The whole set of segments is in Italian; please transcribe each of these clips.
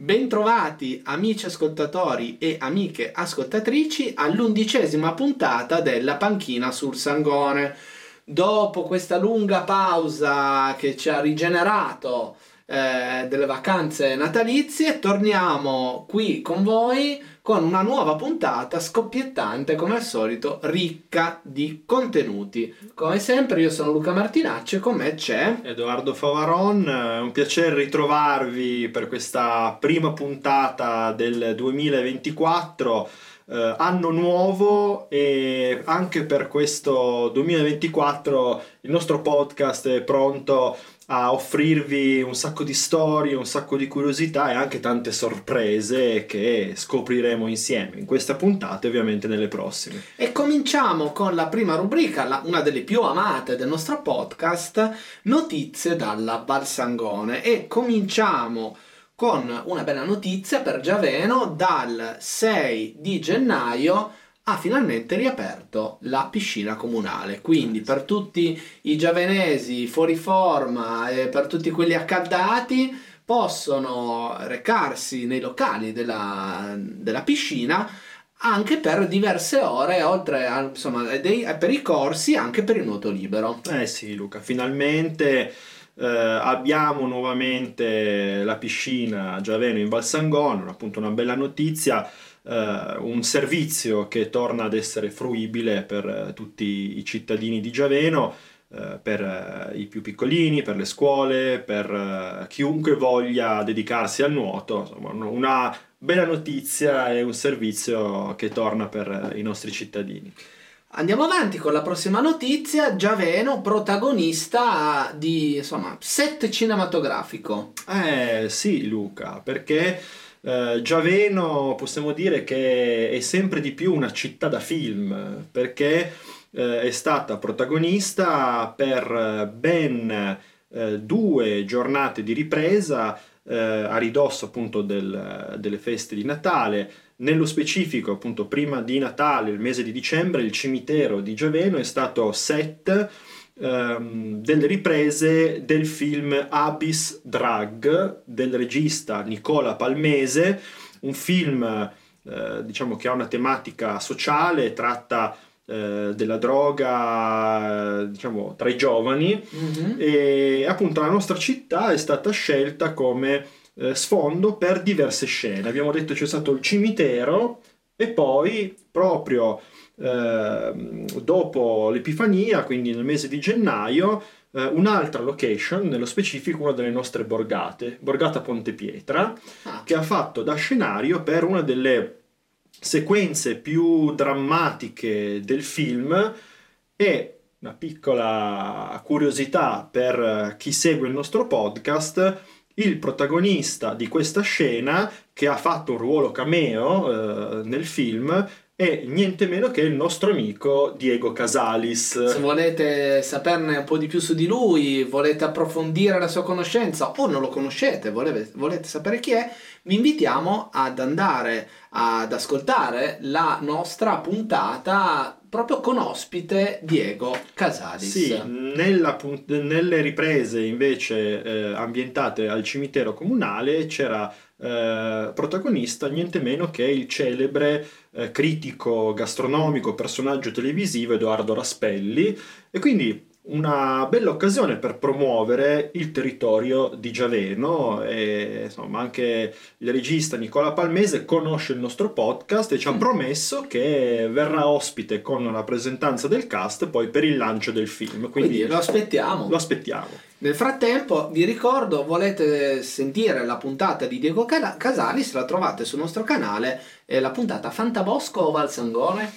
Bentrovati amici ascoltatori e amiche ascoltatrici all'11ª puntata della Panchina sul Sangone. Dopo questa lunga pausa che ci ha rigenerato delle vacanze natalizie, torniamo qui con voi con una nuova puntata scoppiettante, come al solito, ricca di contenuti. Come sempre io sono Luca Martinacci e con me c'è Edoardo Favaron. È un piacere ritrovarvi per questa prima puntata del 2024, anno nuovo, e anche per questo 2024 il nostro podcast è pronto a offrirvi un sacco di storie, un sacco di curiosità e anche tante sorprese che scopriremo insieme in questa puntata e ovviamente nelle prossime. E cominciamo con la prima rubrica, una delle più amate del nostro podcast, notizie dalla Val Sangone, e cominciamo con una bella notizia per Giaveno. Dal 6 di gennaio ha finalmente riaperto la piscina comunale, quindi per tutti i giavenesi fuori forma e per tutti quelli accaldati possono recarsi nei locali della piscina anche per diverse ore, oltre a, insomma, per i corsi, anche per il nuoto libero. Sì, Luca, finalmente abbiamo nuovamente la piscina a Giaveno in Val Sangone, appunto una bella notizia. Un servizio che torna ad essere fruibile per tutti i cittadini di Giaveno, per i più piccolini, per le scuole, per chiunque voglia dedicarsi al nuoto. Insomma, una bella notizia e un servizio che torna per i nostri cittadini. Andiamo avanti con la prossima notizia. Giaveno protagonista di set cinematografico. Sì, Luca, perché Giaveno possiamo dire che è sempre di più una città da film, perché è stata protagonista per ben 2 giornate di ripresa a ridosso appunto delle feste di Natale. Nello specifico, appunto, prima di Natale, il mese di dicembre, il cimitero di Giaveno è stato set delle riprese del film Abyss Drug del regista Nicola Palmese, un film diciamo che ha una tematica sociale, tratta della droga diciamo tra i giovani, e appunto la nostra città è stata scelta come sfondo per diverse scene. Abbiamo detto c'è stato il cimitero e poi proprio dopo l'Epifania, quindi nel mese di gennaio, un'altra location, nello specifico una delle nostre borgate, Borgata Ponte Pietra, che ha fatto da scenario per una delle sequenze più drammatiche del film. E una piccola curiosità per chi segue il nostro podcast: il protagonista di questa scena, che ha fatto un ruolo cameo nel film, è niente meno che il nostro amico Diego Casalis. Se volete saperne un po' di più su di lui, volete approfondire la sua conoscenza o non lo conoscete, volete sapere chi è, vi invitiamo ad andare ad ascoltare la nostra puntata proprio con ospite Diego Casalis. Sì, nelle riprese invece ambientate al cimitero comunale c'era protagonista niente meno che il celebre critico gastronomico, personaggio televisivo Edoardo Raspelli, e quindi una bella occasione per promuovere il territorio di Giaveno. E insomma anche il regista Nicola Palmese conosce il nostro podcast e ci ha promesso che verrà ospite con la rappresentanza del cast poi per il lancio del film, quindi lo aspettiamo. Nel frattempo vi ricordo, volete sentire la puntata di Diego Casalis, la trovate sul nostro canale, la puntata Fantabosco o Val Sangone.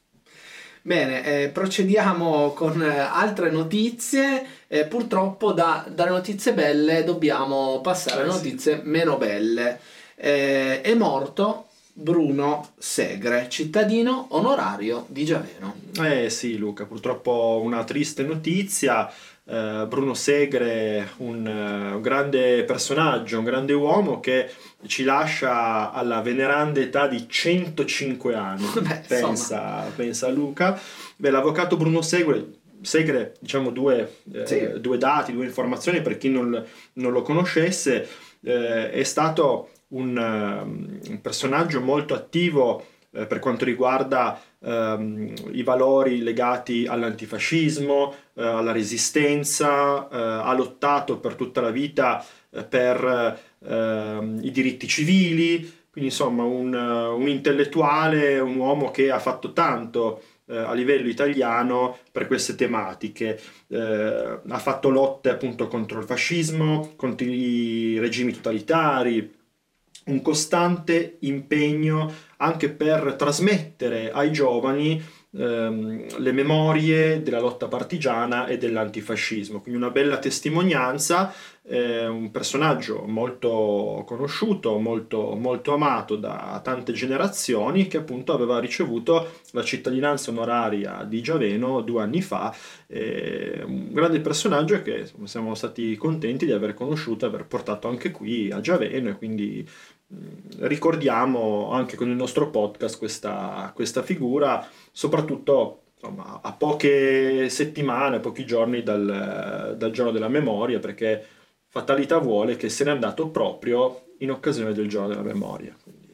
Bene, procediamo con altre notizie. Purtroppo dalle notizie belle dobbiamo passare alle notizie meno belle. È morto Bruno Segre, cittadino onorario di Giaveno. Sì, Luca, purtroppo una triste notizia. Bruno Segre, un grande personaggio, un grande uomo che ci lascia alla veneranda età di 105 anni. Pensa Luca. L'avvocato Bruno Segre, diciamo due dati, due informazioni per chi non lo conoscesse. È stato un personaggio molto attivo per quanto riguarda i valori legati all'antifascismo, alla resistenza, ha lottato per tutta la vita per i diritti civili, quindi insomma un intellettuale, un uomo che ha fatto tanto a livello italiano per queste tematiche. Ha fatto lotte appunto contro il fascismo, contro i regimi totalitari, un costante impegno anche per trasmettere ai giovani le memorie della lotta partigiana e dell'antifascismo. Quindi una bella testimonianza, un personaggio molto conosciuto, molto, molto amato da tante generazioni, che appunto aveva ricevuto la cittadinanza onoraria di Giaveno 2 anni fa. Un grande personaggio che insomma, siamo stati contenti di aver conosciuto e aver portato anche qui a Giaveno, e quindi ricordiamo anche con il nostro podcast questa figura, soprattutto insomma, a poche settimane, pochi giorni dal giorno della memoria, perché fatalità vuole che se n'è andato proprio in occasione del giorno della memoria. Quindi...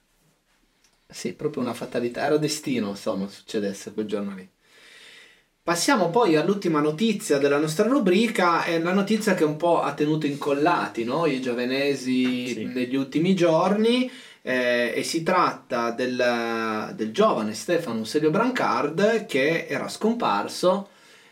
Sì, proprio una fatalità, era destino, insomma, succedesse quel giorno lì. Passiamo poi all'ultima notizia della nostra rubrica, è la notizia che un po' ha tenuto incollati, no? I giavenesi Sì. negli ultimi giorni, e si tratta del giovane Stefano Celio Brancard, che era scomparso.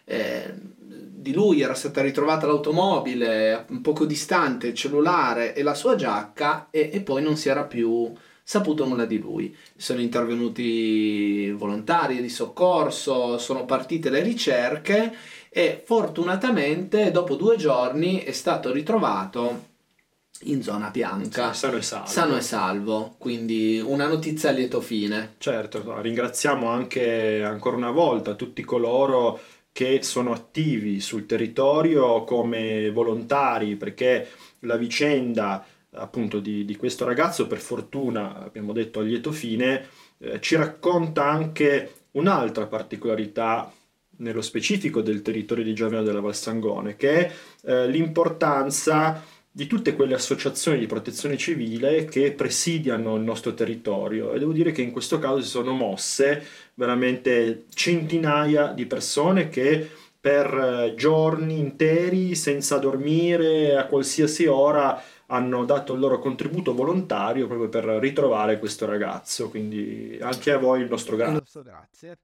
Di lui era stata ritrovata l'automobile un poco distante, il cellulare e la sua giacca, e poi non si era più saputo nulla di lui. Sono intervenuti volontari di soccorso, sono partite le ricerche e fortunatamente dopo 2 giorni è stato ritrovato in zona bianca, Sì, sano e salvo. sano e salvo, quindi una notizia a lieto fine. Certo, no, ringraziamo anche ancora una volta tutti coloro che sono attivi sul territorio come volontari, perché la vicenda appunto di questo ragazzo, per fortuna, abbiamo detto a lieto fine, ci racconta anche un'altra particolarità nello specifico del territorio di Giaveno della Valsangone, che è l'importanza di tutte quelle associazioni di protezione civile che presidiano il nostro territorio, e devo dire che in questo caso si sono mosse veramente centinaia di persone che per giorni interi, senza dormire, a qualsiasi ora, hanno dato il loro contributo volontario proprio per ritrovare questo ragazzo. Quindi anche a voi il nostro grazie. Grazie.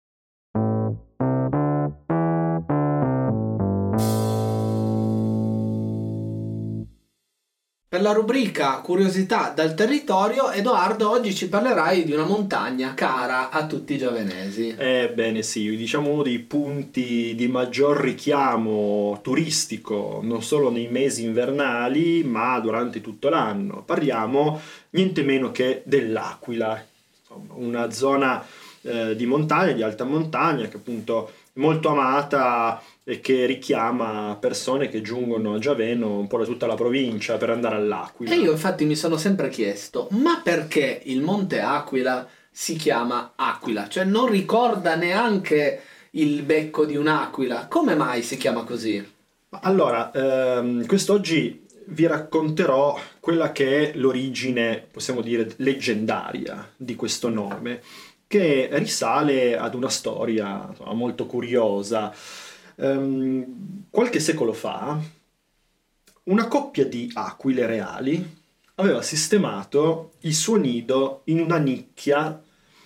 Per la rubrica Curiosità dal territorio, Edoardo, oggi ci parlerai di una montagna cara a tutti i giavenesi. Ebbene sì, diciamo uno dei punti di maggior richiamo turistico, non solo nei mesi invernali, ma durante tutto l'anno. Parliamo niente meno che dell'Aquila, insomma, una zona di montagna, di alta montagna, che appunto è molto amata e che richiama persone che giungono a Giaveno un po' da tutta la provincia per andare all'Aquila. E io infatti mi sono sempre chiesto, ma perché il Monte Aquila si chiama Aquila? Cioè non ricorda neanche il becco di un'aquila. Come mai si chiama così? Allora, quest'oggi vi racconterò quella che è l'origine, possiamo dire, leggendaria di questo nome, che risale ad una storia insomma, molto curiosa. Qualche secolo fa, una coppia di aquile reali aveva sistemato il suo nido in una nicchia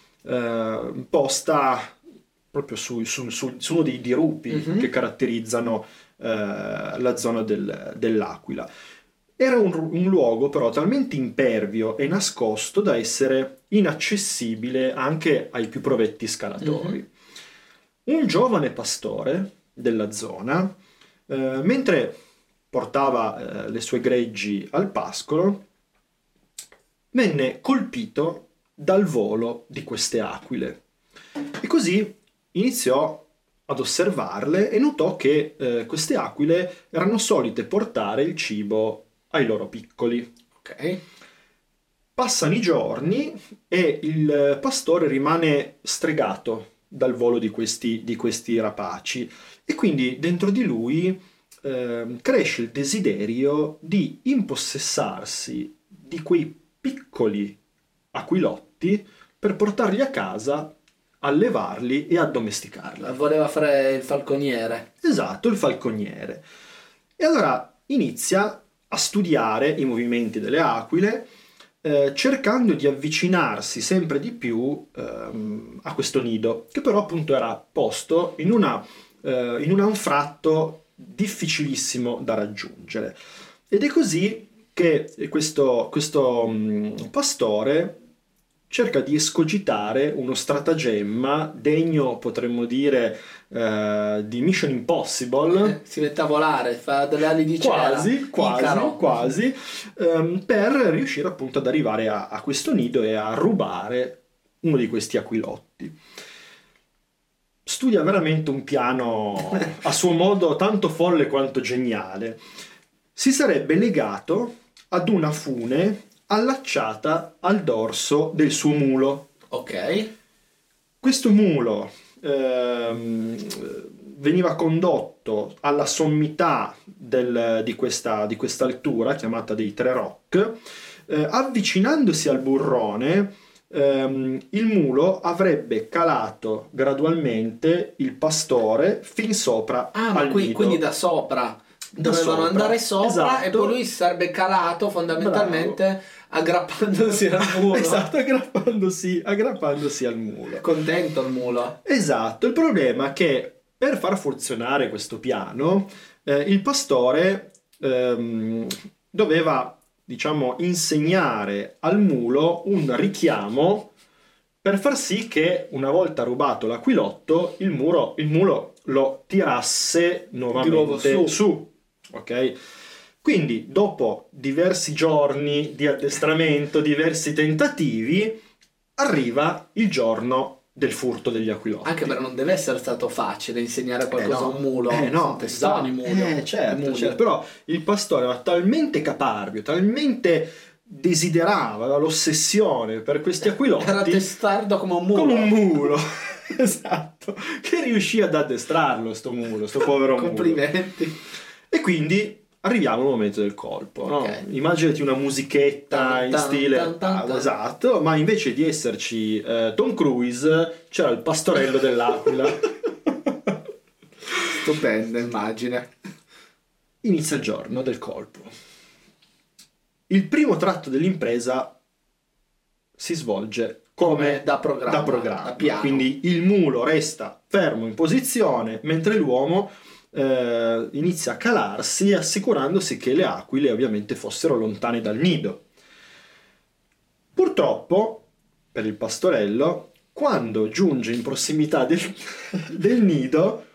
posta proprio su uno dei dirupi che caratterizzano la zona dell'Aquila. Era un luogo però talmente impervio e nascosto da essere inaccessibile anche ai più provetti scalatori. Un giovane pastore della zona, mentre portava le sue greggi al pascolo, venne colpito dal volo di queste aquile e così iniziò ad osservarle e notò che queste aquile erano solite portare il cibo ai loro piccoli. Ok. Passano i giorni e il pastore rimane stregato dal volo di questi rapaci, e quindi dentro di lui cresce il desiderio di impossessarsi tutti quei piccoli aquilotti per portarli a casa, allevarli e addomesticarli. Voleva fare il falconiere. Esatto, il falconiere. E allora inizia a studiare i movimenti delle aquile, cercando di avvicinarsi sempre di più a questo nido, che però appunto era posto in un anfratto difficilissimo da raggiungere. Ed è così che questo pastore cerca di escogitare uno stratagemma degno, potremmo dire, di Mission Impossible. Si mette a volare, fa delle ali di cera. Quasi, per riuscire appunto ad arrivare a questo nido e a rubare uno di questi aquilotti. Studia veramente un piano a suo modo tanto folle quanto geniale. Si sarebbe legato ad una fune allacciata al dorso del suo mulo. Ok. Questo mulo veniva condotto alla sommità di questa altura chiamata dei Tre Rock. Avvicinandosi al burrone, il mulo avrebbe calato gradualmente il pastore fin sopra al nido. Quindi da sopra dovevano andare sopra, esatto. E poi lui si sarebbe calato fondamentalmente aggrappandosi al muro. Esatto, aggrappandosi al muro. Contento il mulo. Esatto, il problema è che per far funzionare questo piano il pastore doveva, diciamo, insegnare al mulo un richiamo per far sì che, una volta rubato l'aquilotto, il mulo lo tirasse nuovamente su. Ok? Quindi, dopo diversi giorni di addestramento, diversi tentativi, arriva il giorno del furto degli aquilotti. Anche perché non deve essere stato facile insegnare qualcosa a un mulo. No, testoni mulo. Certo. Però il pastore era talmente caparbio, talmente desiderava l'ossessione per questi aquilotti. Era testardo come un mulo. Come un mulo. Esatto. Che riuscì ad addestrarlo, sto povero mulo. Complimenti. E quindi arriviamo al momento del colpo, no? Okay. Immaginati una musichetta in stile esatto, ma invece di esserci Tom Cruise c'era il pastorello dell'aquila. Stupenda immagine. Inizia il giorno del colpo. Il primo tratto dell'impresa si svolge come da programma, da piano. Quindi il mulo resta fermo in posizione mentre l'uomo inizia a calarsi, assicurandosi che le aquile ovviamente fossero lontane dal nido. Purtroppo per il pastorello, quando giunge in prossimità del nido,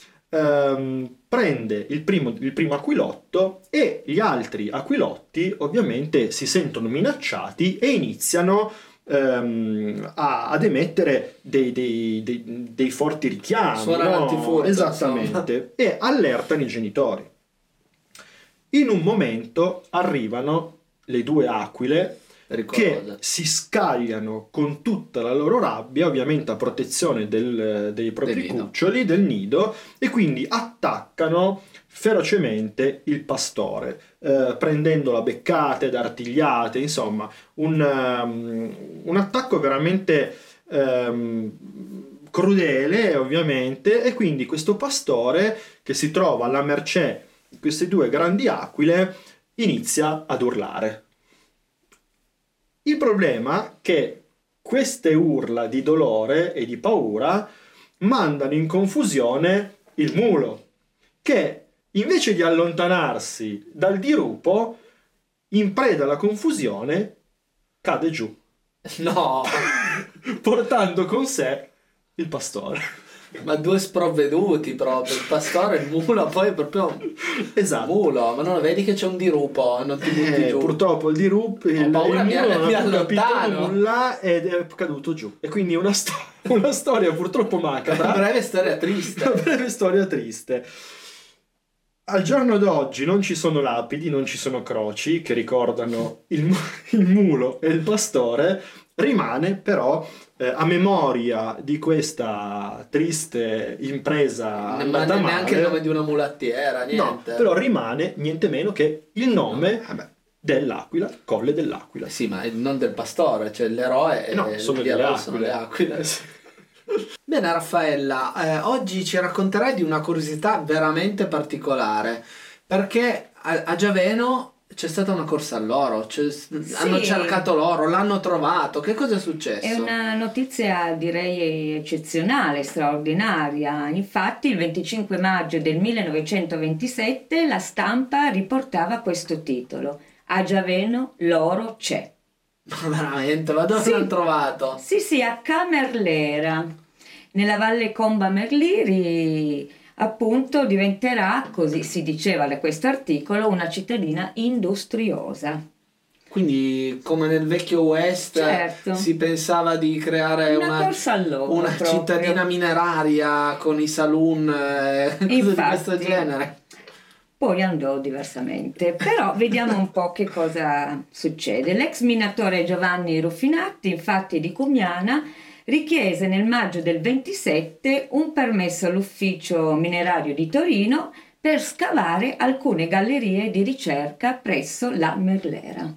prende il primo aquilotto e gli altri aquilotti ovviamente si sentono minacciati e iniziano ad emettere dei forti richiami, no? Esattamente, e allertano i genitori. In un momento arrivano le due aquile che si scagliano con tutta la loro rabbia, ovviamente a protezione dei propri cuccioli, del nido, e quindi attaccano ferocemente il pastore, prendendolo a beccate ed artigliate, insomma un attacco veramente crudele, ovviamente, e quindi questo pastore, che si trova alla mercé di queste due grandi aquile, inizia ad urlare. Il problema è che queste urla di dolore e di paura mandano in confusione il mulo, che invece di allontanarsi dal dirupo, in preda alla confusione, cade giù. No! Portando con sé il pastore. Ma due sprovveduti proprio, il pastore e il mulo, poi è proprio esatto. Mulo, ma non vedi che c'è un dirupo, non ti butti giù. Purtroppo il dirupo, il mulo mi non ha capito allontano. nulla ed è caduto giù. E quindi una storia purtroppo macabra. Una breve storia triste. Una breve storia triste. Al giorno d'oggi non ci sono lapidi, non ci sono croci che ricordano il mulo e il pastore. Rimane però a memoria di questa triste impresa andata male, neanche il nome di una mulattiera, niente. No, però rimane niente meno che il nome dell'Aquila, Colle dell'Aquila. Sì, ma non del pastore, cioè l'eroe No, sono gli delle eroi sono le aquile. aquile. Bene Raffaella, oggi ci racconterai di una curiosità veramente particolare, perché a Giaveno c'è stata una corsa all'oro, hanno cercato l'oro, l'hanno trovato, che cosa è È successo? una notizia direi eccezionale, straordinaria. Infatti il 25 maggio del 1927 la stampa riportava questo titolo: A Giaveno l'oro c'è. Ma veramente, ma dove Sì. l'hanno trovato? Sì, sì, a Camerlera, nella Valle Comba Merliri, appunto diventerà, così si diceva da questo articolo, una cittadina industriosa. Quindi, come nel vecchio West, Certo. si pensava di creare Una corsa all'oro una proprio. cittadina mineraria con i saloon, cose di questo Infatti. genere. Poi andò diversamente, però vediamo un po' che cosa succede. L'ex minatore Giovanni Ruffinatti, infatti di Cumiana, richiese nel maggio del 27 un permesso all'ufficio minerario di Torino per scavare alcune gallerie di ricerca presso la Merlera.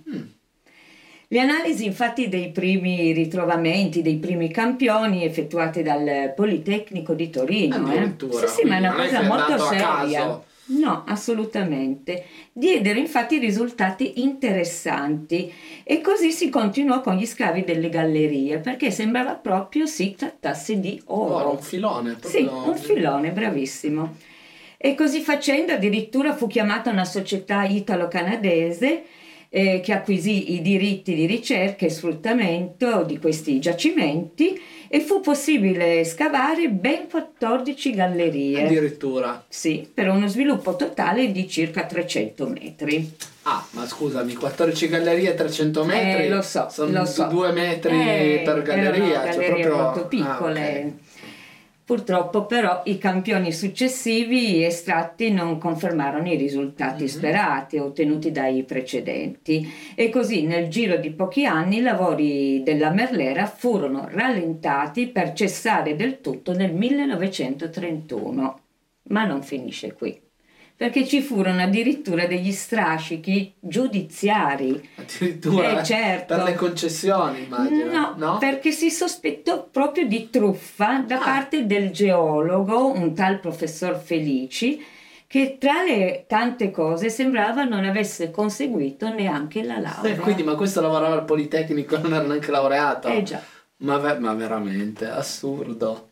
Le analisi infatti dei primi ritrovamenti, dei primi campioni effettuate dal Politecnico di Torino. Addirittura, Sì, ma è una quindi non è cosa che è molto andato a seria. caso. No, assolutamente. Diedero infatti risultati interessanti e così si continuò con gli scavi delle gallerie perché sembrava proprio si trattasse di oro. Un filone, Sì, proprio. un filone, bravissimo. E così facendo addirittura fu chiamata una società italo-canadese che acquisì i diritti di ricerca e sfruttamento di questi giacimenti e fu possibile scavare ben 14 gallerie. Addirittura. Sì, per uno sviluppo totale di circa 300 metri. Ah, ma scusami, 14 gallerie, 300 metri? Lo so, sono lo so. 2 metri per galleria. Erano cioè gallerie proprio... molto piccole. Ah, ok. Purtroppo però i campioni successivi estratti non confermarono i risultati sperati ottenuti dai precedenti e così nel giro di pochi anni i lavori della Merlera furono rallentati per cessare del tutto nel 1931. Ma non finisce qui, perché ci furono addirittura degli strascichi giudiziari. Addirittura Certo. per le concessioni, immagino. No, perché si sospettò proprio di truffa da Ah. parte del geologo, un tal professor Felici, che tra le tante cose sembrava non avesse conseguito neanche la laurea. Quindi, ma questo lavorava al Politecnico, non era neanche laureato? Già. Ma veramente, assurdo.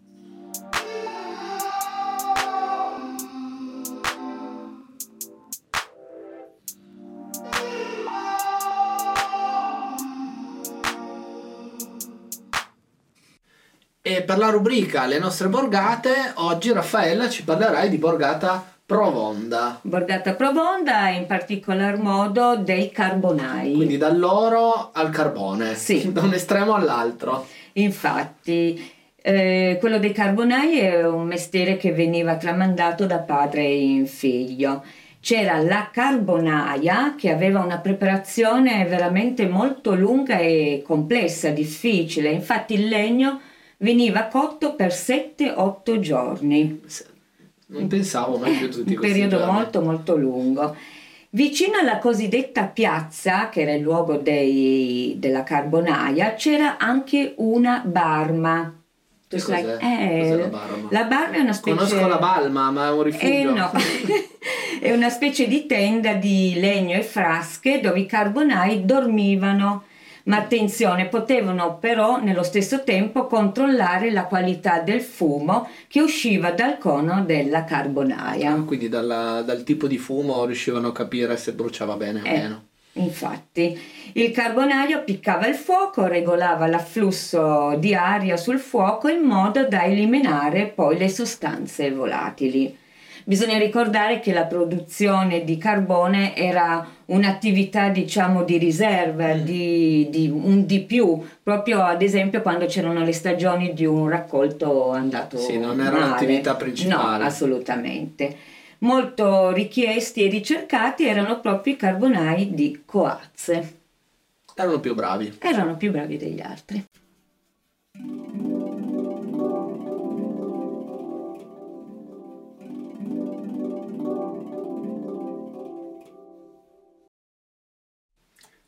E per la rubrica Le nostre borgate, oggi Raffaella ci parlerai di Borgata Provonda. Borgata Provonda, in particolar modo dei carbonai. Quindi dall'oro al carbone, Sì. da un estremo all'altro. Infatti, quello dei carbonai è un mestiere che veniva tramandato da padre in figlio. C'era la carbonaia che aveva una preparazione veramente molto lunga e complessa, difficile. Infatti il legno veniva cotto per 7-8 giorni. Non pensavo mai più tutti Un questi periodo giorni. molto molto lungo. Vicino alla cosiddetta piazza, che era il luogo della carbonaia, c'era anche una barma. Che Tu sai- cos'è? Cos'è la barma? La barma è una specie... Conosco la balma, ma è un rifugio. No, è una specie di tenda di legno e frasche dove i carbonai dormivano. Ma attenzione, potevano però nello stesso tempo controllare la qualità del fumo che usciva dal cono della carbonaia. Quindi dal tipo di fumo riuscivano a capire se bruciava bene o meno. Infatti, il carbonaio appiccava il fuoco, regolava l'afflusso di aria sul fuoco in modo da eliminare poi le sostanze volatili. Bisogna ricordare che la produzione di carbone era un'attività, diciamo, di riserva, di un di più, proprio ad esempio quando c'erano le stagioni di un raccolto andato Sì, non era male. l'attività principale. No, assolutamente. Molto richiesti e ricercati erano proprio i carbonai di Coazze. Erano più bravi. Erano più bravi degli altri.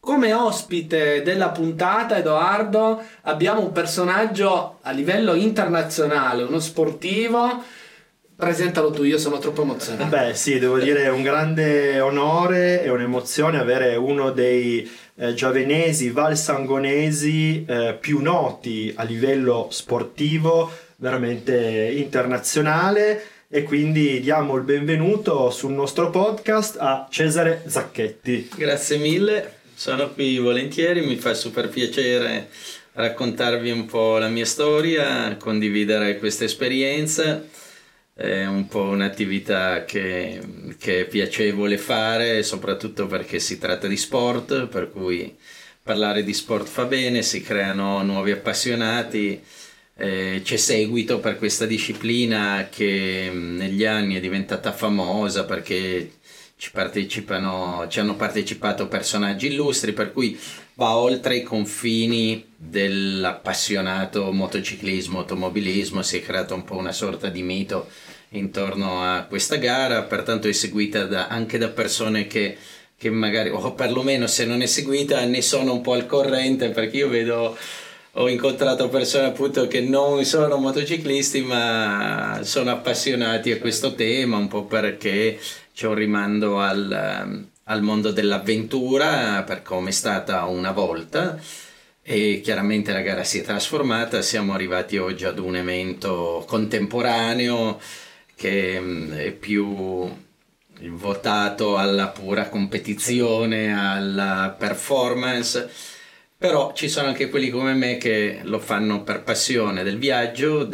Come ospite della puntata, Edoardo, abbiamo un personaggio a livello internazionale, uno sportivo. Presentalo tu, io sono troppo emozionato. Beh sì, devo dire è un grande onore e un'emozione avere uno dei giavenesi valsangonesi più noti a livello sportivo, veramente internazionale, e quindi diamo il benvenuto sul nostro podcast a Cesare Zacchetti. Grazie mille, sono qui volentieri, mi fa super piacere raccontarvi un po' la mia storia, condividere questa esperienza. È un po' un'attività che è piacevole fare, soprattutto perché si tratta di sport, per cui parlare di sport fa bene, si creano nuovi appassionati, c'è seguito per questa disciplina che negli anni è diventata famosa perché ci hanno partecipato personaggi illustri, per cui va oltre i confini dell'appassionato motociclismo, automobilismo. Si è creato un po' una sorta di mito intorno a questa gara, pertanto è seguita anche da persone che magari, o perlomeno se non è seguita, ne sono un po' al corrente, perché ho incontrato persone appunto che non sono motociclisti ma sono appassionati a questo tema, un po' perché c'è un rimando al mondo dell'avventura, per come è stata una volta, e chiaramente la gara si è trasformata. Siamo arrivati oggi ad un evento contemporaneo che è più votato alla pura competizione, alla performance, però ci sono anche quelli come me che lo fanno per passione del viaggio,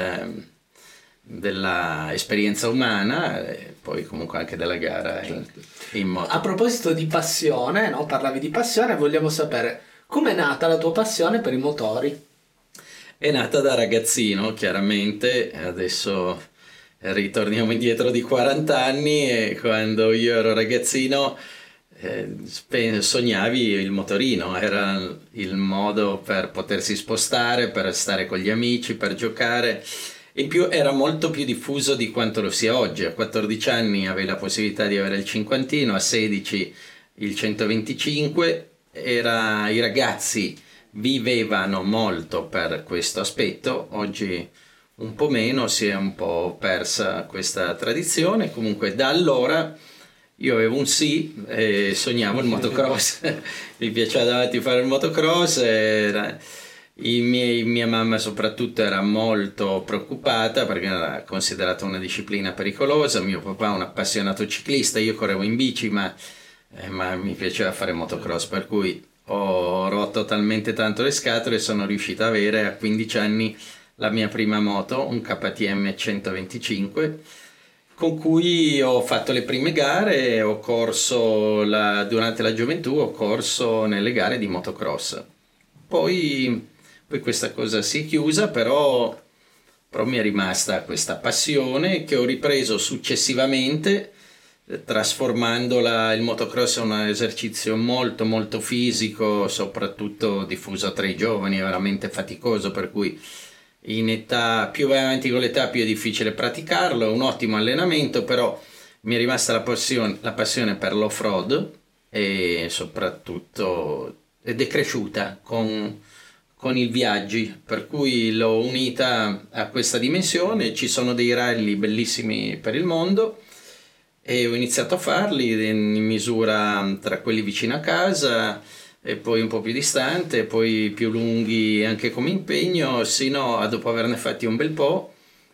della esperienza umana e poi comunque anche della gara in moto. A proposito di passione, no? Parlavi di passione, vogliamo sapere com'è nata la tua passione per i motori? È nata da ragazzino, chiaramente. Adesso ritorniamo indietro di 40 anni e quando io ero ragazzino sognavi il motorino, era il modo per potersi spostare, per stare con gli amici, per giocare. In più era molto più diffuso di quanto lo sia oggi. A 14 anni avevi la possibilità di avere il cinquantino, a 16 il 125. I ragazzi vivevano molto per questo aspetto, oggi un po' meno, si è un po' persa questa tradizione. Comunque da allora io avevo un sì e sognavo il motocross. Mi piaceva davanti fare il motocross. Mia mamma soprattutto era molto preoccupata perché era considerata una disciplina pericolosa. Mio papà un appassionato ciclista, io correvo in bici ma mi piaceva fare motocross, per cui ho rotto talmente tanto le scatole e sono riuscito ad avere a 15 anni la mia prima moto, un KTM 125, con cui ho fatto le prime gare. Ho corso durante la gioventù, ho corso nelle gare di motocross. Poi questa cosa si è chiusa, però mi è rimasta questa passione che ho ripreso successivamente, trasformandola. Il motocross è un esercizio molto molto fisico, soprattutto diffuso tra i giovani, è veramente faticoso, per cui in età più vai avanti con l'età più è difficile praticarlo. È un ottimo allenamento, però mi è rimasta la passione per l'off-road e soprattutto ed è cresciuta con i viaggi, per cui l'ho unita a questa dimensione. Ci sono dei rally bellissimi per il mondo e ho iniziato a farli in misura tra quelli vicino a casa e poi un po' più distante, poi più lunghi anche come impegno, sino a, dopo averne fatti un bel po',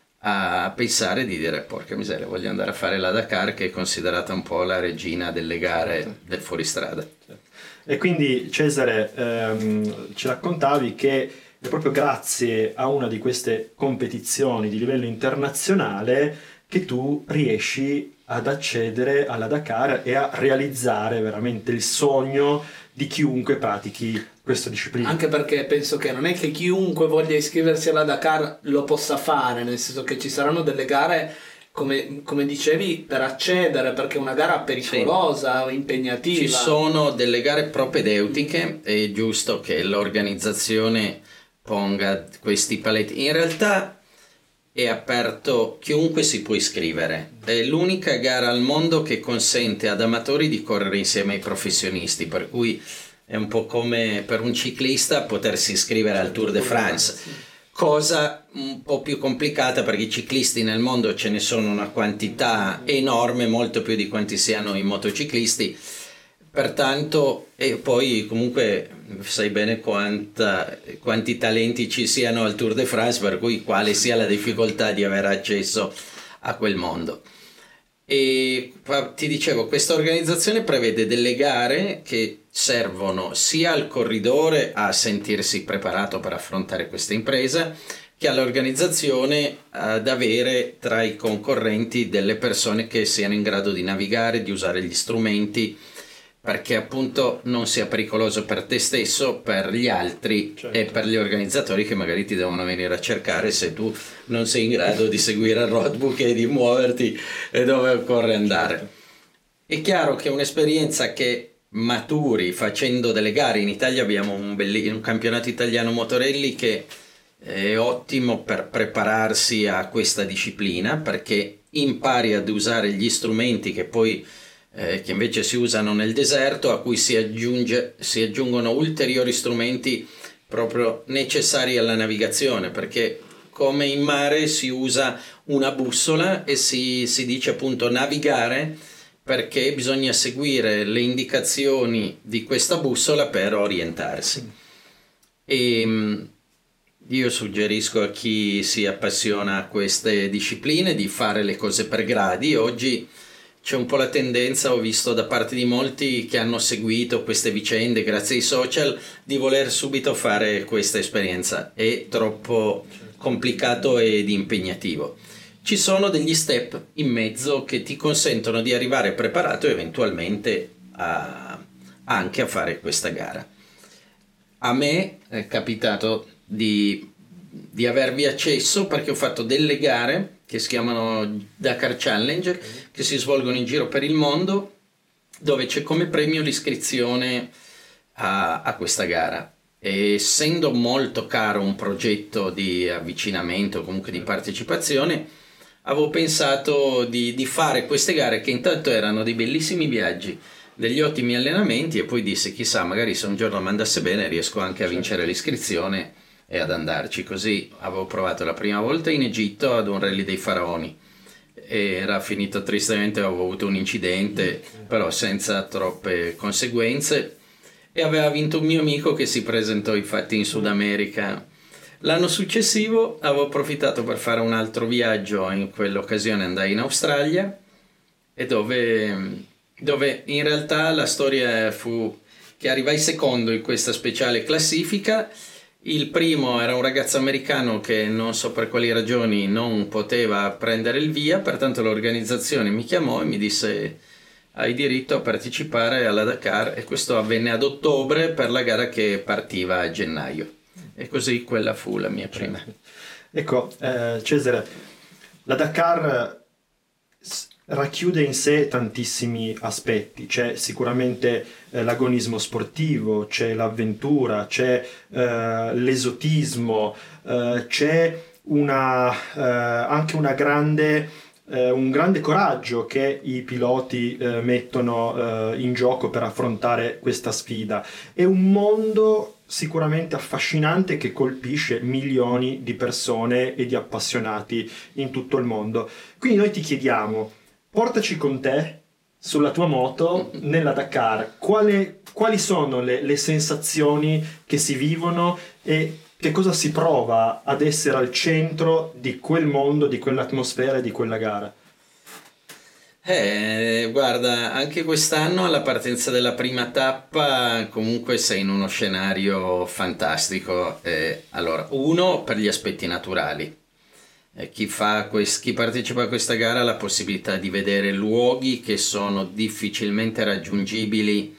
a pensare di dire porca miseria, voglio andare a fare la Dakar, che è considerata un po' la regina delle gare del fuoristrada. E quindi Cesare, ci raccontavi che è proprio grazie a una di queste competizioni di livello internazionale che tu riesci ad accedere alla Dakar e a realizzare veramente il sogno di chiunque pratichi questa disciplina. Anche perché penso che non è che chiunque voglia iscriversi alla Dakar lo possa fare, nel senso che ci saranno delle gare, come dicevi, per accedere, perché è una gara pericolosa, sì, impegnativa. Ci sono delle gare propedeutiche, è giusto che l'organizzazione ponga questi paletti. In realtà è aperto, chiunque si può iscrivere. È l'unica gara al mondo che consente ad amatori di correre insieme ai professionisti, per cui è un po' come per un ciclista potersi iscrivere al Tour de France, cosa un po' più complicata perché i ciclisti nel mondo ce ne sono una quantità enorme, molto più di quanti siano i motociclisti. Pertanto, e poi comunque sai bene quanti talenti ci siano al Tour de France, per cui quale sia la difficoltà di avere accesso a quel mondo. E ti dicevo, questa organizzazione prevede delle gare che servono sia al corridore a sentirsi preparato per affrontare questa impresa, che all'organizzazione ad avere tra i concorrenti delle persone che siano in grado di navigare, di usare gli strumenti, perché appunto non sia pericoloso per te stesso, per gli altri, certo, e per gli organizzatori che magari ti devono venire a cercare se tu non sei in grado di seguire il roadbook e di muoverti e dove occorre andare. Certo. È chiaro che è un'esperienza che maturi facendo delle gare. In Italia abbiamo un campionato italiano motorelli che è ottimo per prepararsi a questa disciplina, perché impari ad usare gli strumenti che poi che invece si usano nel deserto, a cui si aggiungono ulteriori strumenti proprio necessari alla navigazione, perché come in mare si usa una bussola e si dice appunto navigare, perché bisogna seguire le indicazioni di questa bussola per orientarsi. E io suggerisco a chi si appassiona a queste discipline di fare le cose per gradi. Oggi c'è un po' la tendenza, ho visto da parte di molti che hanno seguito queste vicende grazie ai social, di voler subito fare questa esperienza. È troppo complicato ed impegnativo. Ci sono degli step in mezzo che ti consentono di arrivare preparato eventualmente anche a fare questa gara. A me è capitato di avervi accesso perché ho fatto delle gare che si chiamano Dakar Challenge, che si svolgono in giro per il mondo, dove c'è come premio l'iscrizione a questa gara. E essendo molto caro un progetto di avvicinamento o comunque di partecipazione, avevo pensato di fare queste gare, che intanto erano dei bellissimi viaggi, degli ottimi allenamenti, e poi dissi chissà, magari se un giorno mi andasse bene riesco anche a vincere l'iscrizione e ad andarci. Così avevo provato la prima volta in Egitto ad un rally dei faraoni, era finito tristemente, avevo avuto un incidente però senza troppe conseguenze, e aveva vinto un mio amico che si presentò infatti in Sud America. L'anno successivo avevo approfittato per fare un altro viaggio, in quell'occasione andai in Australia, e dove in realtà la storia fu che arrivai secondo in questa speciale classifica. Il primo era un ragazzo americano che non so per quali ragioni non poteva prendere il via, pertanto l'organizzazione mi chiamò e mi disse hai diritto a partecipare alla Dakar, e questo avvenne ad ottobre per la gara che partiva a gennaio, e così quella fu la mia prima. Ecco, Cesare, la Dakar racchiude in sé tantissimi aspetti. C'è sicuramente l'agonismo sportivo, c'è l'avventura, c'è l'esotismo, c'è anche un grande coraggio che i piloti mettono in gioco per affrontare questa sfida. È un mondo sicuramente affascinante che colpisce milioni di persone e di appassionati in tutto il mondo. Quindi noi ti chiediamo: portaci con te sulla tua moto nella Dakar. Quali sono le sensazioni che si vivono e che cosa si prova ad essere al centro di quel mondo, di quell'atmosfera e di quella gara? Guarda, anche quest'anno alla partenza della prima tappa comunque sei in uno scenario fantastico. Allora, uno, per gli aspetti naturali. Chi partecipa a questa gara ha la possibilità di vedere luoghi che sono difficilmente raggiungibili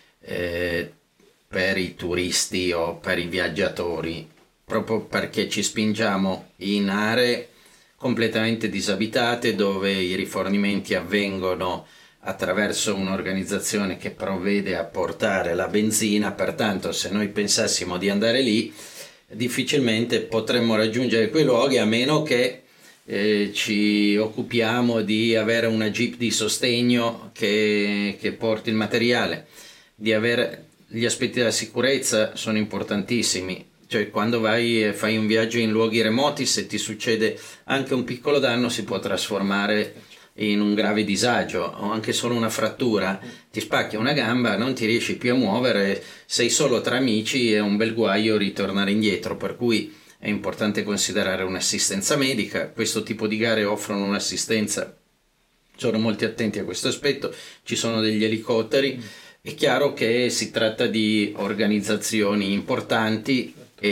per i turisti o per i viaggiatori, proprio perché ci spingiamo in aree completamente disabitate, dove i rifornimenti avvengono attraverso un'organizzazione che provvede a portare la benzina. Pertanto se noi pensassimo di andare lì difficilmente potremmo raggiungere quei luoghi, a meno che ci occupiamo di avere una jeep di sostegno che porti il materiale, di avere gli aspetti della sicurezza sono importantissimi. Cioè, quando vai e fai un viaggio in luoghi remoti, se ti succede anche un piccolo danno, si può trasformare in un grave disagio, o anche solo una frattura, ti spacchi una gamba, non ti riesci più a muovere, sei solo tra amici, è un bel guaio ritornare indietro, per cui è importante considerare un'assistenza medica. Questo tipo di gare offrono un'assistenza, sono molti attenti a questo aspetto, ci sono degli elicotteri, è chiaro che si tratta di organizzazioni importanti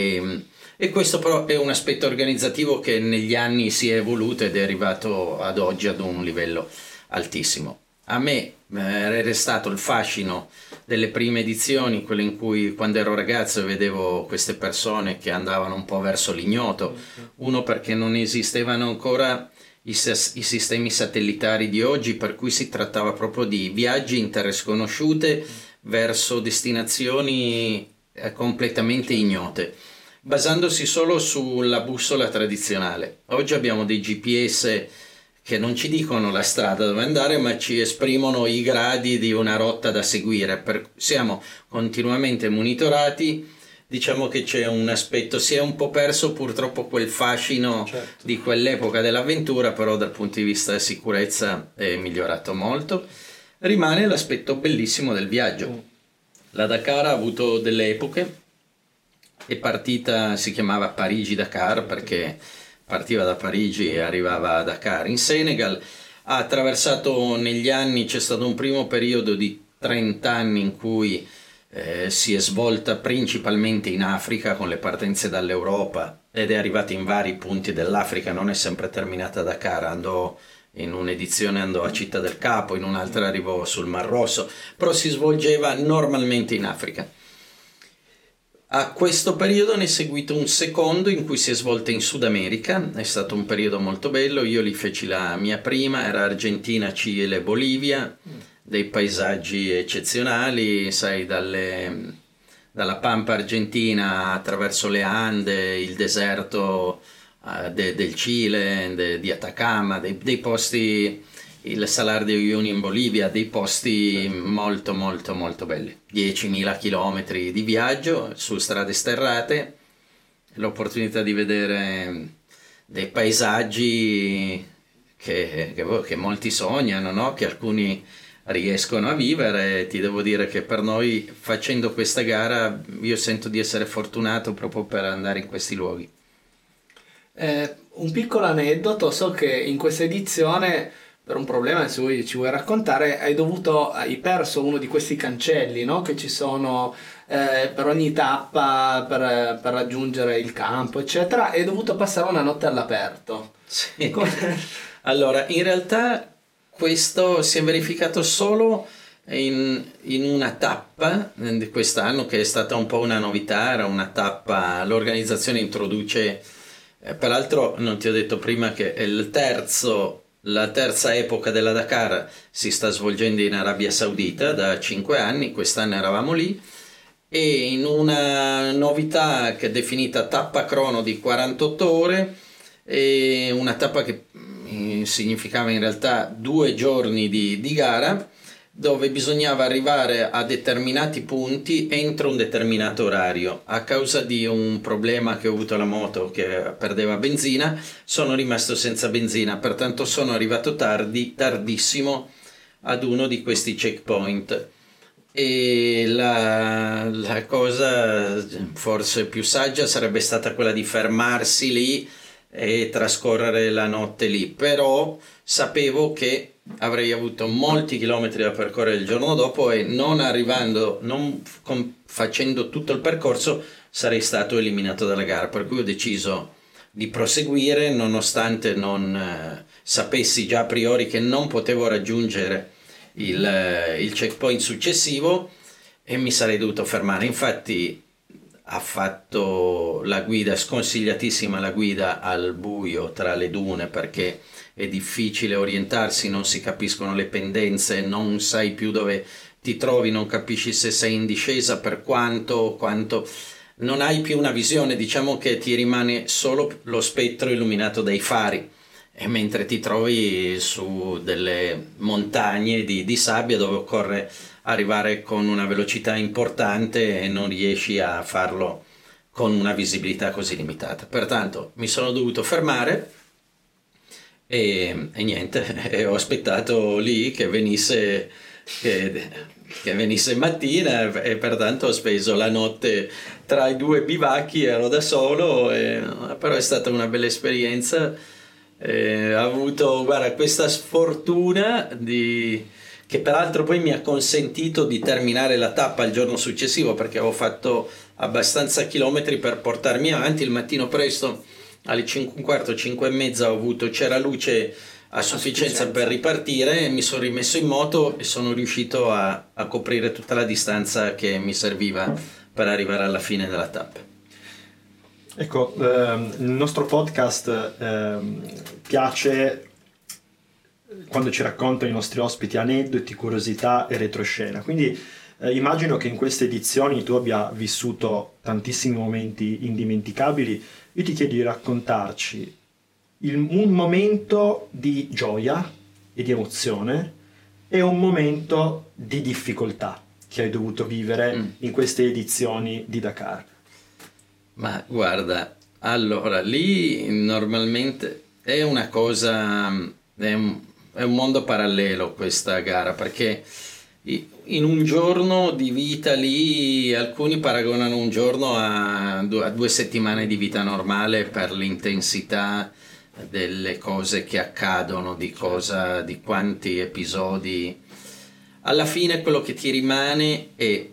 e questo però è un aspetto organizzativo che negli anni si è evoluto ed è arrivato ad oggi ad un livello altissimo. A me è restato il fascino delle prime edizioni, quelle in cui quando ero ragazzo vedevo queste persone che andavano un po' verso l'ignoto, uno perché non esistevano ancora i sistemi satellitari di oggi, per cui si trattava proprio di viaggi in terre sconosciute verso destinazioni completamente ignote, basandosi solo sulla bussola tradizionale. Oggi abbiamo dei GPS che non ci dicono la strada dove andare, ma ci esprimono i gradi di una rotta da seguire. Siamo continuamente monitorati. Diciamo che c'è un aspetto, si è un po' perso purtroppo quel fascino, certo, di quell'epoca dell'avventura, però dal punto di vista della sicurezza è migliorato molto. Rimane l'aspetto bellissimo del viaggio. La Dakar ha avuto delle epoche, è partita, si chiamava Parigi-Dakar perché partiva da Parigi e arrivava a Dakar in Senegal, ha attraversato negli anni, c'è stato un primo periodo di 30 anni in cui si è svolta principalmente in Africa con le partenze dall'Europa ed è arrivata in vari punti dell'Africa, non è sempre terminata a Dakar, andò in un'edizione andò a Città del Capo, in un'altra arrivò sul Mar Rosso, però si svolgeva normalmente in Africa. A questo periodo ne è seguito un secondo in cui si è svolta in Sud America, è stato un periodo molto bello, io li feci la mia prima, era Argentina, Cile, Bolivia, dei paesaggi eccezionali, sai, dalla pampa argentina attraverso le Ande, il deserto del Cile, di Atacama, dei posti, il Salar de Uyuni in Bolivia, dei posti molto molto molto belli. 10.000 chilometri di viaggio su strade sterrate, l'opportunità di vedere dei paesaggi che molti sognano, no? Che alcuni riescono a vivere. Ti devo dire che per noi, facendo questa gara, io sento di essere fortunato proprio per andare in questi luoghi. Un piccolo aneddoto, so che in questa edizione, per un problema che ci vuoi raccontare, hai perso uno di questi cancelli, no? Che ci sono per ogni tappa per raggiungere il campo, eccetera, e hai dovuto passare una notte all'aperto. Sì. Allora, in realtà questo si è verificato solo in una tappa di quest'anno, che è stata un po' una novità, era una tappa, l'organizzazione introduce, peraltro non ti ho detto prima che è la terza epoca della Dakar si sta svolgendo in Arabia Saudita da 5 anni, quest'anno eravamo lì, e in una novità che è definita tappa crono di 48 ore, e una tappa che significava in realtà 2 giorni di gara, dove bisognava arrivare a determinati punti entro un determinato orario. A causa di un problema che ho avuto alla moto, che perdeva benzina, sono rimasto senza benzina, pertanto sono arrivato tardissimo ad uno di questi checkpoint, e la cosa forse più saggia sarebbe stata quella di fermarsi lì e trascorrere la notte lì, però sapevo che avrei avuto molti chilometri da percorrere il giorno dopo e facendo tutto il percorso sarei stato eliminato dalla gara, per cui ho deciso di proseguire nonostante non sapessi già a priori che non potevo raggiungere il checkpoint successivo e mi sarei dovuto fermare. Infatti ha fatto la guida, sconsigliatissima la guida al buio tra le dune, perché è difficile orientarsi, non si capiscono le pendenze, non sai più dove ti trovi, non capisci se sei in discesa, per quanto non hai più una visione, diciamo che ti rimane solo lo spettro illuminato dai fari, e mentre ti trovi su delle montagne di sabbia dove occorre arrivare con una velocità importante e non riesci a farlo con una visibilità così limitata. Pertanto mi sono dovuto fermare e niente, e ho aspettato lì che venisse mattina, e pertanto ho speso la notte tra i due bivacchi, ero da solo, però è stata una bella esperienza. Ho avuto, guarda, questa sfortuna che peraltro poi mi ha consentito di terminare la tappa il giorno successivo, perché avevo fatto abbastanza chilometri per portarmi avanti. Il mattino presto alle 5:15, 5:30 c'era luce a sufficienza per ripartire, mi sono rimesso in moto e sono riuscito a coprire tutta la distanza che mi serviva per arrivare alla fine della tappa. Ecco, il nostro podcast piace quando ci raccontano i nostri ospiti aneddoti, curiosità e retroscena, quindi immagino che in queste edizioni tu abbia vissuto tantissimi momenti indimenticabili. Io ti chiedo di raccontarci un momento di gioia e di emozione e un momento di difficoltà che hai dovuto vivere in queste edizioni di Dakar. Ma guarda, allora lì normalmente è una cosa, è un mondo parallelo questa gara, perché in un giorno di vita lì alcuni paragonano un giorno a 2 settimane di vita normale per l'intensità delle cose che accadono, di quanti episodi. Alla fine quello che ti rimane è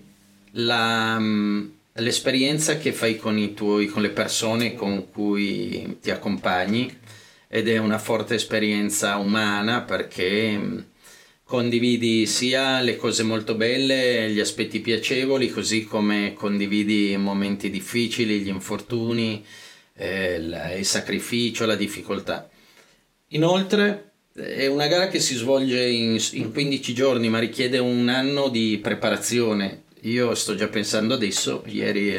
l'esperienza che fai con le persone con cui ti accompagni, ed è una forte esperienza umana, perché condividi sia le cose molto belle, gli aspetti piacevoli, così come condividi momenti difficili, gli infortuni, il sacrificio, la difficoltà. Inoltre è una gara che si svolge in 15 giorni, ma richiede un anno di preparazione. Io sto già pensando adesso, ieri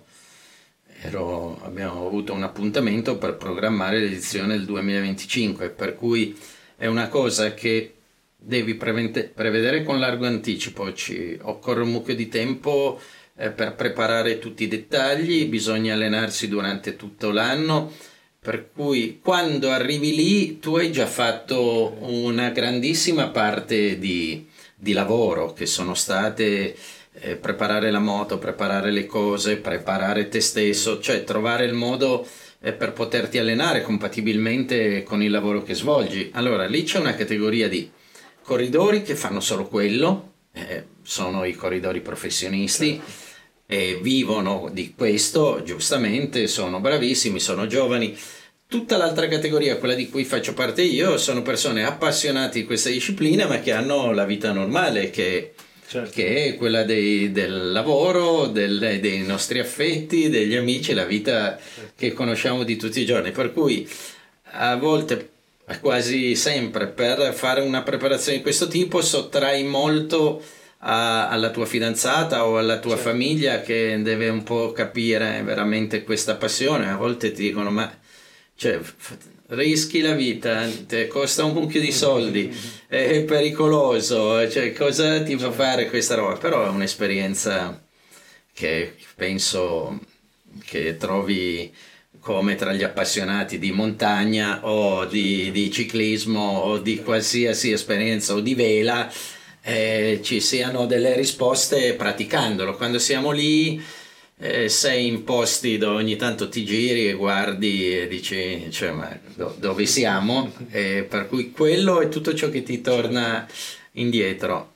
abbiamo avuto un appuntamento per programmare l'edizione del 2025, per cui è una cosa che devi prevedere con largo anticipo. Ci occorre un mucchio di tempo per preparare tutti i dettagli, bisogna allenarsi durante tutto l'anno, per cui quando arrivi lì tu hai già fatto una grandissima parte di lavoro, che sono state preparare la moto, preparare le cose, preparare te stesso, cioè trovare il modo per poterti allenare compatibilmente con il lavoro che svolgi. Allora lì c'è una categoria di corridori che fanno solo quello, sono i corridori professionisti, e vivono di questo, giustamente, sono bravissimi, sono giovani. Tutta l'altra categoria, quella di cui faccio parte io, sono persone appassionate di questa disciplina, ma che hanno la vita normale, che è quella del lavoro, dei nostri affetti, degli amici, la vita che conosciamo di tutti i giorni. Per cui a volte, quasi sempre, per fare una preparazione di questo tipo sottrai molto alla tua fidanzata o alla tua famiglia, che deve un po' capire veramente questa passione. A volte ti dicono: ma rischi la vita, ti costa un mucchio di soldi, è pericoloso, cosa ti fa fare questa roba? Però è un'esperienza che penso che trovi come tra gli appassionati di montagna o di ciclismo o di qualsiasi esperienza o di vela, ci siano delle risposte praticandolo. Quando siamo lì sei in posti dove ogni tanto ti giri e guardi e dici, ma dove siamo? Per cui quello è tutto ciò che ti torna indietro.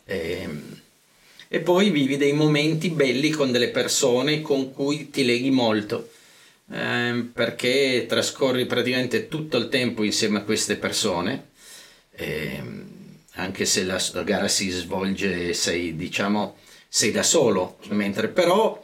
E poi vivi dei momenti belli con delle persone con cui ti leghi molto, perché trascorri praticamente tutto il tempo insieme a queste persone, anche se la gara si svolge, sei da solo, mentre però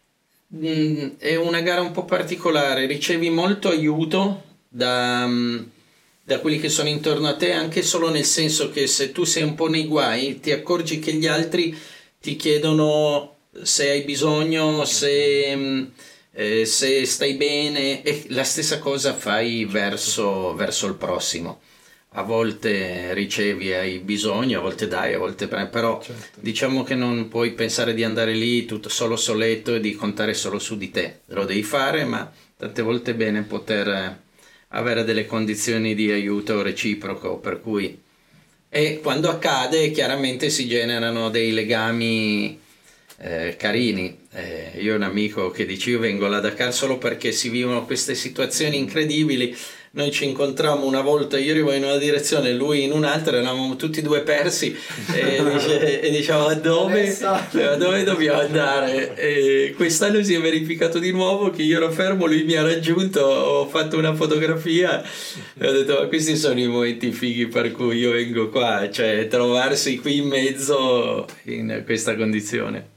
è una gara un po' particolare, ricevi molto aiuto da quelli che sono intorno a te, anche solo nel senso che se tu sei un po' nei guai ti accorgi che gli altri ti chiedono se hai bisogno, se se stai bene, e la stessa cosa fai verso il prossimo. A volte ricevi, hai bisogno, a volte dai, a volte però Certo. diciamo che non puoi pensare di andare lì tutto solo soletto e di contare solo su di te. Lo devi fare, ma tante volte è bene poter avere delle condizioni di aiuto reciproco, per cui e quando accade chiaramente si generano dei legami carini. Io ho un amico che dice: io vengo alla Dakar solo perché si vivono queste situazioni incredibili. Noi ci incontrammo una volta, io ero in una direzione, lui in un'altra, eravamo tutti e due persi e diciamo dove dobbiamo andare? E quest'anno si è verificato di nuovo che io ero fermo, lui mi ha raggiunto, ho fatto una fotografia e ho detto: ma questi sono i momenti fighi per cui io vengo qua, cioè trovarsi qui in mezzo in questa condizione.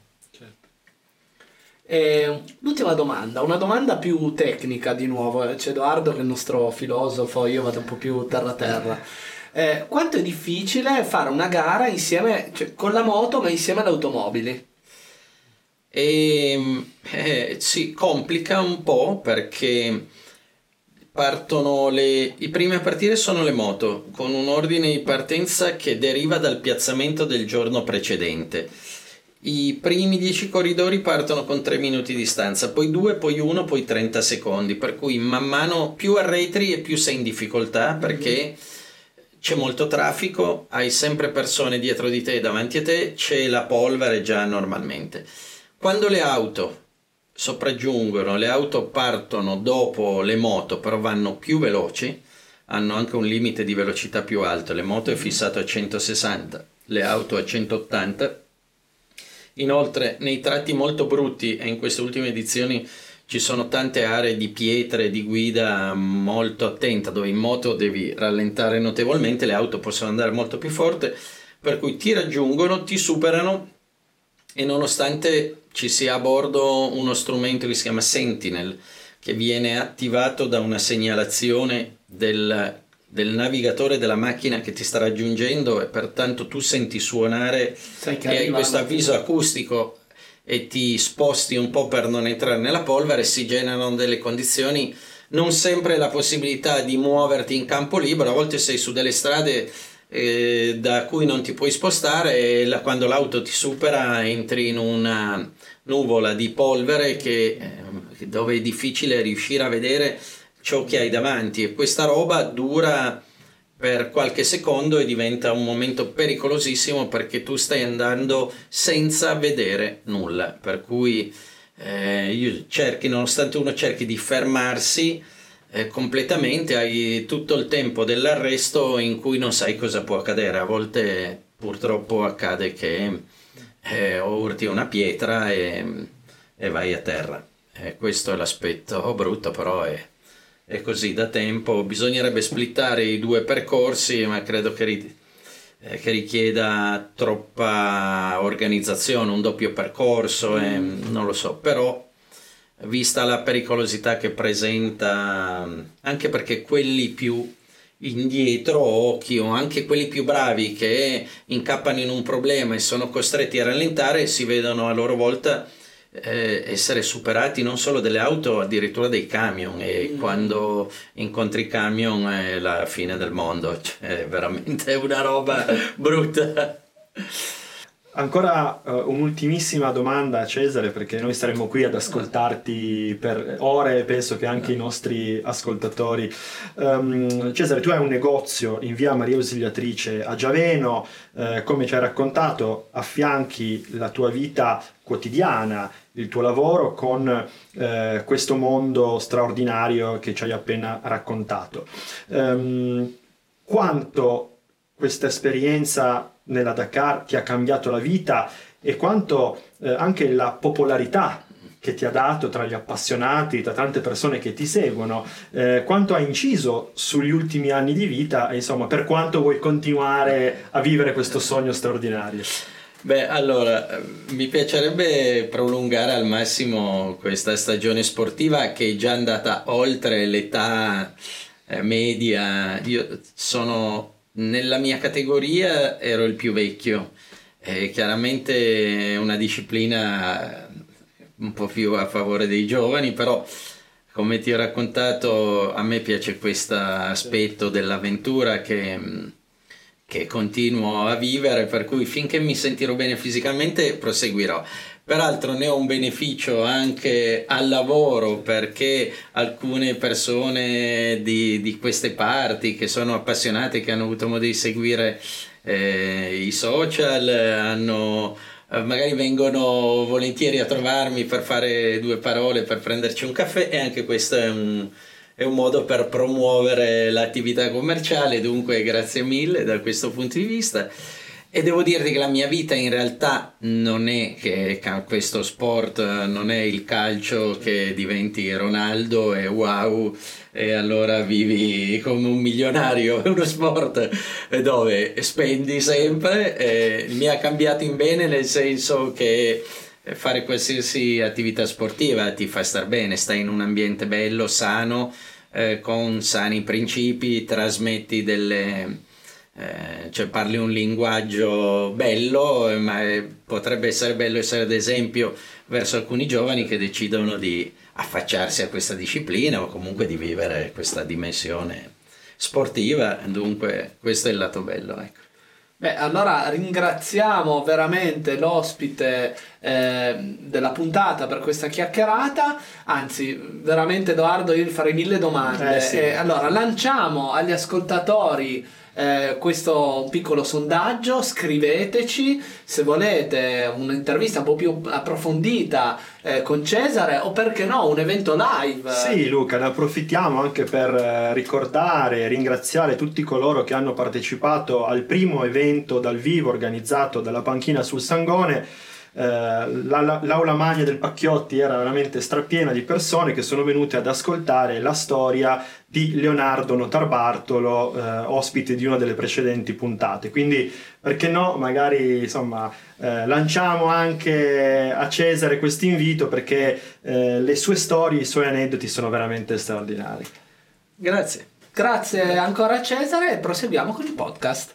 L'ultima domanda, una domanda più tecnica di nuovo. C'è Edoardo che è il nostro filosofo, io vado un po' più terra. Quanto è difficile fare una gara insieme, cioè, con la moto ma insieme alle automobili? Si complica un po' perché i primi a partire sono le moto, con un ordine di partenza che deriva dal piazzamento del giorno precedente. I primi 10 corridori partono con 3 minuti di distanza, poi 2, poi 1, poi 30 secondi, per cui man mano più arretri e più sei in difficoltà, perché c'è molto traffico, hai sempre persone dietro di te e davanti a te, c'è la polvere già normalmente. Quando le auto sopraggiungono, le auto partono dopo le moto, però vanno più veloci, hanno anche un limite di velocità più alto, le moto è fissato a 160, le auto a 180. Inoltre nei tratti molto brutti, e in queste ultime edizioni ci sono tante aree di pietre, di guida molto attenta, dove in moto devi rallentare notevolmente, le auto possono andare molto più forte, per cui ti raggiungono, ti superano, e nonostante ci sia a bordo uno strumento che si chiama Sentinel, che viene attivato da una segnalazione del navigatore della macchina che ti sta raggiungendo, e pertanto tu senti suonare e hai questo avviso acustico e ti sposti un po' per non entrare nella polvere, si generano delle condizioni, non sempre la possibilità di muoverti in campo libero, a volte sei su delle strade da cui non ti puoi spostare e quando l'auto ti supera entri in una nuvola di polvere dove è difficile riuscire a vedere ciò che hai davanti, e questa roba dura per qualche secondo e diventa un momento pericolosissimo perché tu stai andando senza vedere nulla, per cui nonostante uno cerchi di fermarsi completamente, hai tutto il tempo dell'arresto in cui non sai cosa può accadere. A volte purtroppo accade che urti una pietra e vai a terra. Questo è l'aspetto brutto, però è così da tempo. Bisognerebbe splittare i due percorsi, ma credo che richieda troppa organizzazione, un doppio percorso, non lo so, però vista la pericolosità che presenta, anche perché quelli più indietro o anche quelli più bravi che incappano in un problema e sono costretti a rallentare, si vedono a loro volta essere superati non solo dalle auto, addirittura dei camion, e quando incontri camion è la fine del mondo, cioè veramente è una roba brutta. Ancora un'ultimissima domanda, Cesare, perché noi staremo qui ad ascoltarti per ore e penso che anche i nostri ascoltatori. Cesare, tu hai un negozio in via Maria Ausiliatrice a Giaveno, come ci hai raccontato, affianchi la tua vita quotidiana, il tuo lavoro con questo mondo straordinario che ci hai appena raccontato. Quanto questa esperienza nella Dakar ti ha cambiato la vita e quanto anche la popolarità che ti ha dato tra gli appassionati, tra tante persone che ti seguono, quanto ha inciso sugli ultimi anni di vita e insomma per quanto vuoi continuare a vivere questo sogno straordinario. Beh, allora, mi piacerebbe prolungare al massimo questa stagione sportiva che è già andata oltre l'età media. Io sono nella mia categoria, ero il più vecchio, chiaramente è una disciplina un po' più a favore dei giovani, però come ti ho raccontato a me piace questo aspetto dell'avventura che continuo a vivere, per cui finché mi sentirò bene fisicamente proseguirò. Peraltro ne ho un beneficio anche al lavoro, perché alcune persone di queste parti che sono appassionate, che hanno avuto modo di seguire i social, magari vengono volentieri a trovarmi per fare due parole, per prenderci un caffè, e anche questo è un modo per promuovere l'attività commerciale, dunque grazie mille da questo punto di vista. E devo dirti che la mia vita in realtà non è che questo sport, non è il calcio che diventi Ronaldo e wow, e allora vivi come un milionario. È uno sport dove spendi sempre, mi ha cambiato in bene, nel senso che fare qualsiasi attività sportiva ti fa star bene, stai in un ambiente bello, sano, con sani principi, trasmetti cioè parli un linguaggio bello, ma potrebbe essere bello essere ad esempio verso alcuni giovani che decidono di affacciarsi a questa disciplina o comunque di vivere questa dimensione sportiva, dunque questo è il lato bello, ecco. Beh, allora ringraziamo veramente l'ospite della puntata per questa chiacchierata, anzi veramente Edoardo io gli farei 1000 domande. Sì. Allora lanciamo agli ascoltatori questo piccolo sondaggio, scriveteci se volete un'intervista un po' più approfondita con Cesare, o perché no un evento live. Sì Luca, ne approfittiamo anche per ricordare e ringraziare tutti coloro che hanno partecipato al primo evento dal vivo organizzato dalla Panchina sul Sangone. L'aula magna del Pacchiotti era veramente strapiena di persone che sono venute ad ascoltare la storia di Leonardo Notarbartolo, ospite di una delle precedenti puntate, quindi perché no, magari insomma lanciamo anche a Cesare questo invito, perché le sue storie, i suoi aneddoti sono veramente straordinari. Grazie ancora a Cesare e proseguiamo con il podcast.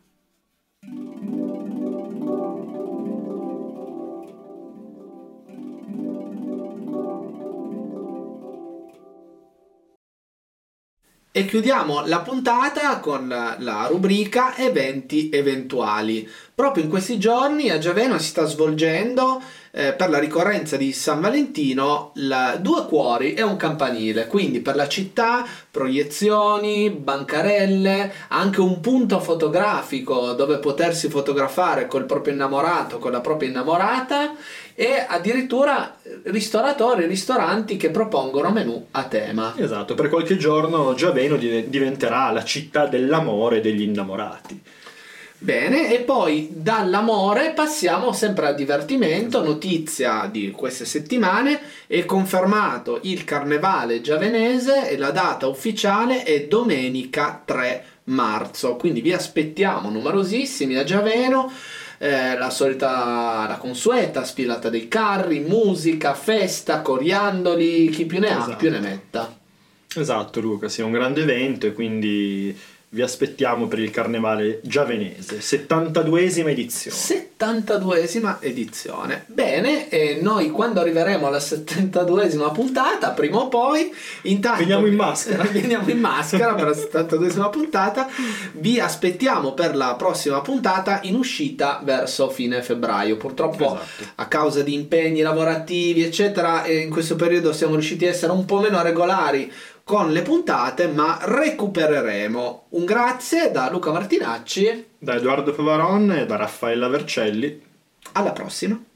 E chiudiamo la puntata con la rubrica eventi eventuali. Proprio in questi giorni a Giaveno si sta svolgendo per la ricorrenza di San Valentino 2 cuori e un campanile, quindi per la città proiezioni, bancarelle, anche un punto fotografico dove potersi fotografare col proprio innamorato, con la propria innamorata, e addirittura ristoranti che propongono menù a tema. Esatto, per qualche giorno Giaveno diventerà la città dell'amore e degli innamorati. Bene, e poi dall'amore passiamo sempre al divertimento. Notizia di queste settimane: è confermato il carnevale giavenese e la data ufficiale è domenica 3 marzo, quindi vi aspettiamo numerosissimi a Giaveno. La consueta sfilata dei carri, musica, festa, coriandoli, chi più ne ha più ne metta. Esatto Luca, sì, è un grande evento e quindi vi aspettiamo per il carnevale giavenese, 72esima edizione. 72esima edizione. Bene, e noi quando arriveremo alla 72esima puntata, prima o poi, intanto veniamo in maschera. Veniamo in maschera per la 72esima puntata. Vi aspettiamo per la prossima puntata in uscita verso fine febbraio. Purtroppo a causa di impegni lavorativi eccetera, in questo periodo siamo riusciti a essere un po' meno regolari con le puntate, ma recupereremo. Un grazie da Luca Martinacci, da Edoardo Favaron e da Raffaella Vercelli. alla prossima.